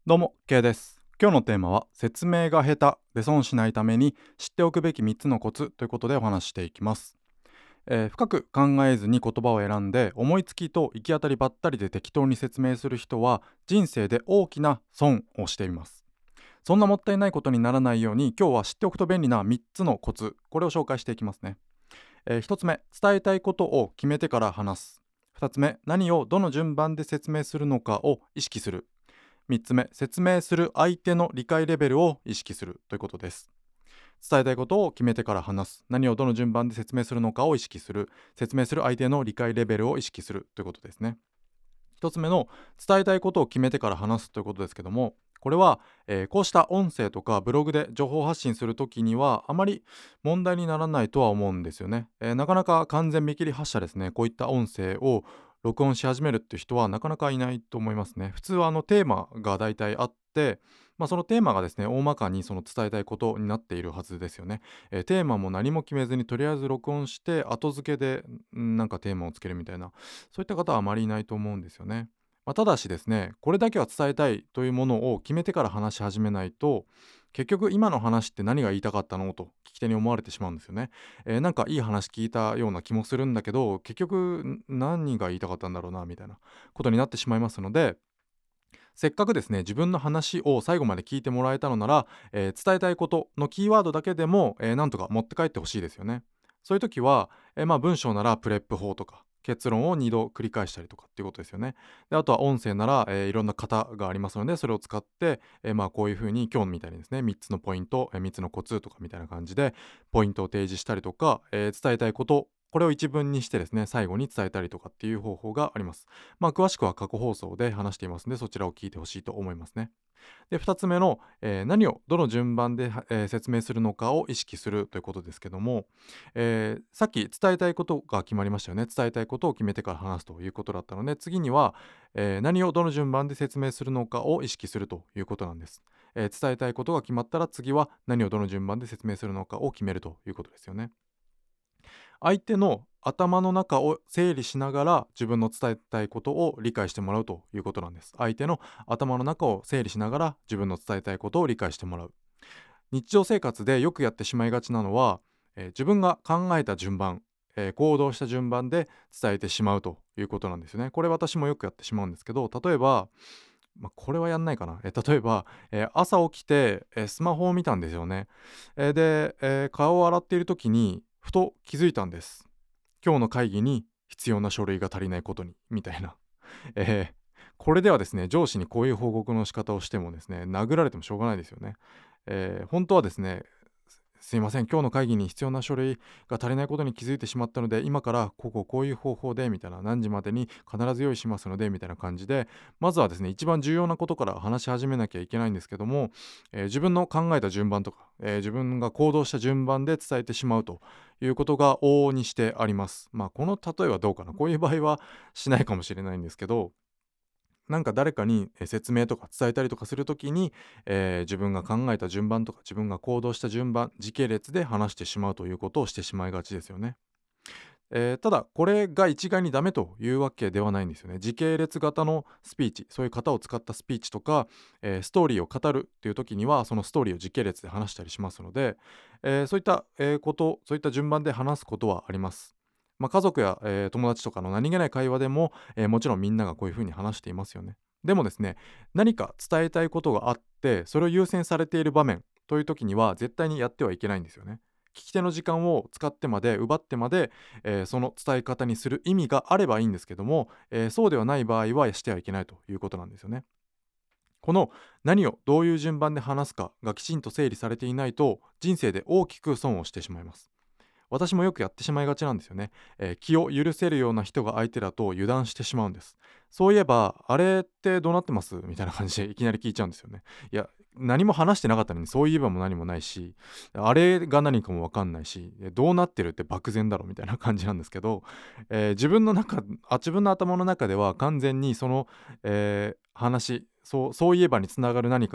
どうも K です。今日のテーマは説明が下手で損しないために知っておくべき3つのコツということでお話ししていきます。深く考えずに言葉を選んで思いつきと行き当たりばったりで適当に説明する人は人生で大きな損をしています。そんなもったいないことにならないように今日は知っておくと便利な3つのコツ、これを紹介していきますね。1つ目、伝えたいことを決めてから話す。2つ目、何をどの順番で説明するのかを意識する。3つ目、説明する相手の理解レベルを意識するということです。伝えたいことを決めてから話す。何をどの順番で説明するのかを意識する。説明する相手の理解レベルを意識するということですね。1つ目の伝えたいことを決めてから話すということですけども、これは、こうした音声とかブログで情報発信するときにはあまり問題にならないとは思うんですよね。なかなか完全見切り発車ですね、こういった音声を録音し始めるっていう人はなかなかいないと思いますね。普通はテーマが大体あって、そのテーマがですね大まかにその伝えたいことになっているはずですよね。テーマも何も決めずにとりあえず録音して後付けでなんかテーマをつけるみたいな、そういった方はあまりいないと思うんですよね。ただしですね、これだけは伝えたいというものを決めてから話し始めないと、結局今の話って何が言いたかったのと聞き手に思われてしまうんですよね。なんかいい話聞いたような気もするんだけど、結局何が言いたかったんだろうなみたいなことになってしまいますので、せっかくですね自分の話を最後まで聞いてもらえたのなら、伝えたいことのキーワードだけでも、なんとか持って帰ってほしいですよね。そういう時は、文章ならプレップ法とか結論を2度繰り返したりとかっていうことですよね。であとは音声なら、いろんな型がありますのでそれを使って、こういうふうに今日みたいにですね3つのポイント、3つのコツとかみたいな感じでポイントを提示したりとか、伝えたいことこれを一文にしてですね最後に伝えたりとかっていう方法があります。詳しくは過去放送で話していますのでそちらを聞いてほしいと思いますね。で2つ目の、何をどの順番で、説明するのかを意識するということですけども、さっき伝えたいことが決まりましたよね。伝えたいことを決めてから話すということだったので、次には、何をどの順番で説明するのかを意識するということなんです。伝えたいことが決まったら次は何をどの順番で説明するのかを決めるということですよね。相手の頭の中を整理しながら自分の伝えたいことを理解してもらうということなんです。相手の頭の中を整理しながら自分の伝えたいことを理解してもらう。日常生活でよくやってしまいがちなのは、自分が考えた順番、行動した順番で伝えてしまうということなんですよね。これ私もよくやってしまうんですけど、例えば、これはやんないかな。例えば、朝起きて、スマホを見たんですよね。で、顔を洗っている時にふと気づいたんです。今日の会議に必要な書類が足りないことにみたいな。えーこれではですね上司にこういう報告の仕方をしてもですね殴られてもしょうがないですよね。本当はですねすいません今日の会議に必要な書類が足りないことに気づいてしまったので今からこういう方法でみたいな、何時までに必ず用意しますのでみたいな感じで、まずはですね一番重要なことから話し始めなきゃいけないんですけども、自分の考えた順番とか、自分が行動した順番で伝えてしまうということが往々にしてあります。この例えはどうかな、こういう場合はしないかもしれないんですけど、なんか誰かに説明とか伝えたりとかするときに、自分が考えた順番とか自分が行動した順番時系列で話してしまうということをしてしまいがちですよね。ただこれが一概にダメというわけではないんですよね。時系列型のスピーチ、そういう型を使ったスピーチとか、ストーリーを語るっていう時にはそのストーリーを時系列で話したりしますので、そういった、そういった順番で話すことはあります。家族や、友達とかの何気ない会話でも、もちろんみんながこういうふうに話していますよね。でもですね、何か伝えたいことがあってそれを優先されている場面という時には絶対にやってはいけないんですよね。聞き手の時間を使ってまで奪ってまで、その伝え方にする意味があればいいんですけども、そうではない場合はしてはいけないということなんですよね。この何をどういう順番で話すかがきちんと整理されていないと人生で大きく損をしてしまいます。私もよくやってしまいがちなんですよね。気を許せるような人が相手だと油断してしまうんです。そういえばあれってどうなってますみたいな感じでいきなり聞いちゃうんですよね。いや、何も話してなかったのにそういえばも何もないし、あれが何かも分かんないし、どうなってるって漠然だろみたいな感じなんですけど、自分の頭の中では完全にその、話そういえばにつながる何かが、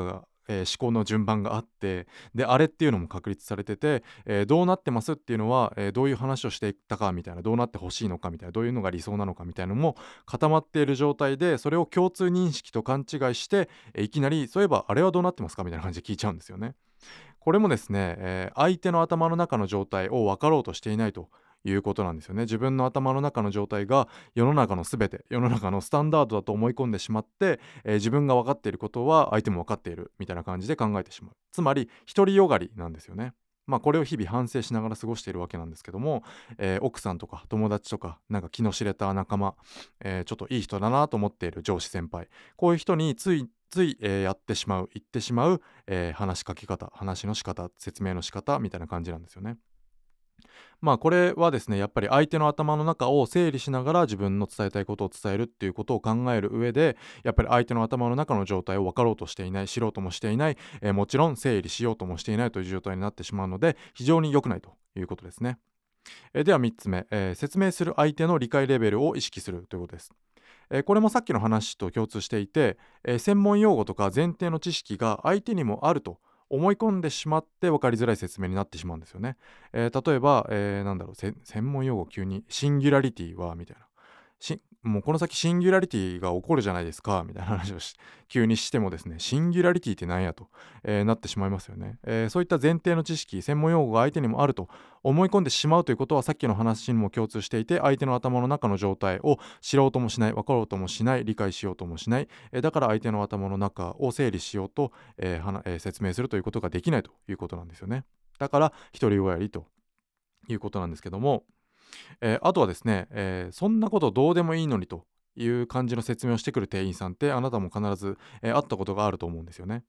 思考の順番があって、であれっていうのも確立されてて、どうなってますっていうのは、どういう話をしていったかみたいな、どうなってほしいのかみたいな、どういうのが理想なのかみたいなのも固まっている状態で、それを共通認識と勘違いして、いきなりそういえばあれはどうなってますかみたいな感じで聞いちゃうんですよね。これもですね、相手の頭の中の状態を分かろうとしていないということなんですよね。自分の頭の中の状態が世の中のすべて、世の中のスタンダードだと思い込んでしまって、自分が分かっていることは相手も分かっているみたいな感じで考えてしまう。つまり独りよがりなんですよね。これを日々反省しながら過ごしているわけなんですけども、奥さんとか友達とかなんか気の知れた仲間、ちょっといい人だなと思っている上司先輩、こういう人についつい、やってしまう言ってしまう、話しかけ方、話の仕方、説明の仕方みたいな感じなんですよね。これはですね、やっぱり相手の頭の中を整理しながら自分の伝えたいことを伝えるっていうことを考える上で、やっぱり相手の頭の中の状態を分かろうとしていない、知ろうともしていない、もちろん整理しようともしていないという状態になってしまうので、非常に良くないということですね。では3つ目、説明する相手の理解レベルを意識するということです。これもさっきの話と共通していて、専門用語とか前提の知識が相手にもあると思い込んでしまって分かりづらい説明になってしまうんですよね。例えば、なんだろう、専門用語急にシンギュラリティはみたいな。もうこの先シンギュラリティが起こるじゃないですかみたいな話を急にしてもですね、シンギュラリティって何やと、なってしまいますよね。そういった前提の知識、専門用語が相手にもあると思い込んでしまうということは、さっきの話にも共通していて、相手の頭の中の状態を知ろうともしない、分かろうともしない、理解しようともしない、だから相手の頭の中を整理しようと、説明するということができないということなんですよね。だから独りよがりということなんですけども、あとはですね、そんなことどうでもいいのにという感じの説明をしてくる店員さんって、あなたも必ず、会ったことがあると思うんですよね。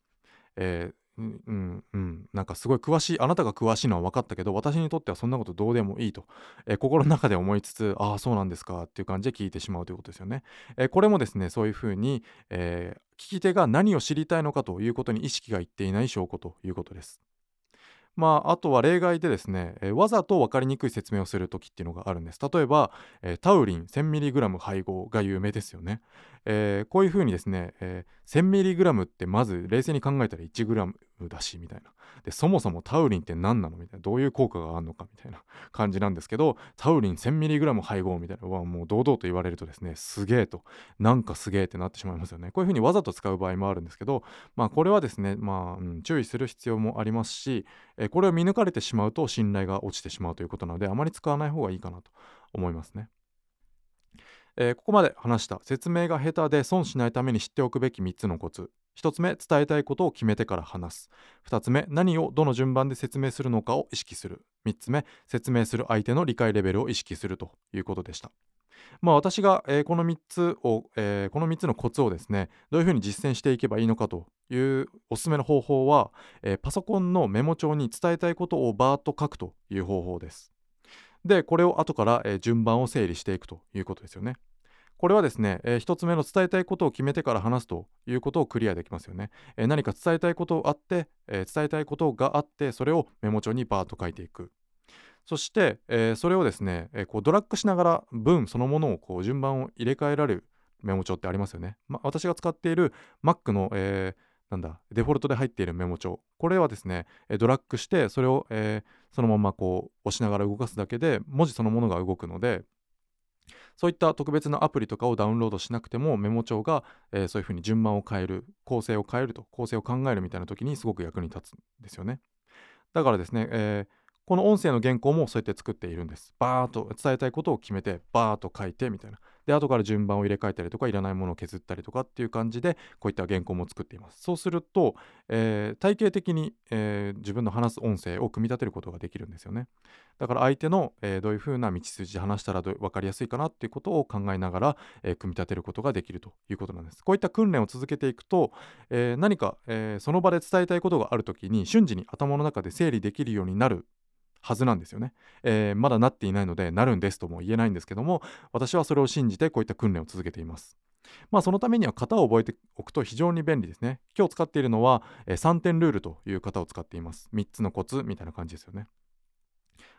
なんかすごい詳しい、あなたが詳しいのは分かったけど、私にとってはそんなことどうでもいいと、心の中で思いつつ、ああ、そうなんですかっていう感じで聞いてしまうということですよね。これもですね、そういうふうに、聞き手が何を知りたいのかということに意識がいっていない証拠ということです。あとは例外でですね、わざと分かりにくい説明をする時っていうのがあるんです。例えば、タウリン 1000mg 配合が有名ですよね。こういう風にですね、1000mg ってまず冷静に考えたら 1g だしみたいな。で、そもそもタウリンって何なのみたいな。どういう効果があるのかみたいな感じなんですけど、タウリン 1000mg 配合みたいなのはもう堂々と言われるとですね、すげえと、なんかすげえってなってしまいますよね。こういう風にわざと使う場合もあるんですけど、これはですね、注意する必要もありますし、これを見抜かれてしまうと信頼が落ちてしまうということなので、あまり使わない方がいいかなと思いますね。ここまで話した説明が下手で損しないために知っておくべき3つのコツ。1つ目、伝えたいことを決めてから話す。2つ目、何をどの順番で説明するのかを意識する。3つ目、説明する相手の理解レベルを意識するということでした。私が、この3つのコツをですね、どういうふうに実践していけばいいのかというおすすめの方法は、パソコンのメモ帳に伝えたいことをバーッと書くという方法です。で、これを後から、順番を整理していくということですよね。これはですね、1つ目の伝えたいことを決めてから話すということをクリアできますよね。何か伝えたいことがあって、伝えたいことがあって、それをメモ帳にバーッと書いていく。そして、それをですね、こうドラッグしながら文そのものをこう順番を入れ替えられるメモ帳ってありますよね。私が使っている Mac の、デフォルトで入っているメモ帳。これはですね、ドラッグしてそれを、そのままこう押しながら動かすだけで文字そのものが動くので、そういった特別なアプリとかをダウンロードしなくてもメモ帳が、そういう風に順番を変える、構成を考えるみたいな時にすごく役に立つんですよね。だからですね、この音声の原稿もそうやって作っているんです。バーっと伝えたいことを決めて、バーっと書いてみたいな。で、後から順番を入れ替えたりとか、いらないものを削ったりとかっていう感じで、こういった原稿も作っています。そうすると、体系的に、自分の話す音声を組み立てることができるんですよね。だから相手の、どういう風な道筋で話したら分かりやすいかなっていうことを考えながら、組み立てることができるということなんです。こういった訓練を続けていくと、何か、その場で伝えたいことがあるときに瞬時に頭の中で整理できるようになるはずなんですよね。まだなっていないので、なるんですとも言えないんですけども、私はそれを信じてこういった訓練を続けています。そのためには型を覚えておくと非常に便利ですね。今日使っているのは、3点ルールという型を使っています。3つのコツみたいな感じですよね。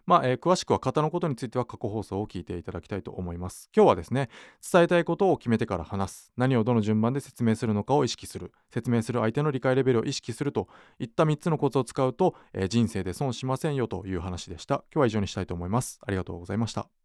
詳しくは型のことについては過去放送を聞いていただきたいと思います。今日はですね、伝えたいことを決めてから話す、何をどの順番で説明するのかを意識する、説明する相手の理解レベルを意識するといった3つのコツを使うと、人生で損しませんよという話でした。今日は以上にしたいと思います。ありがとうございました。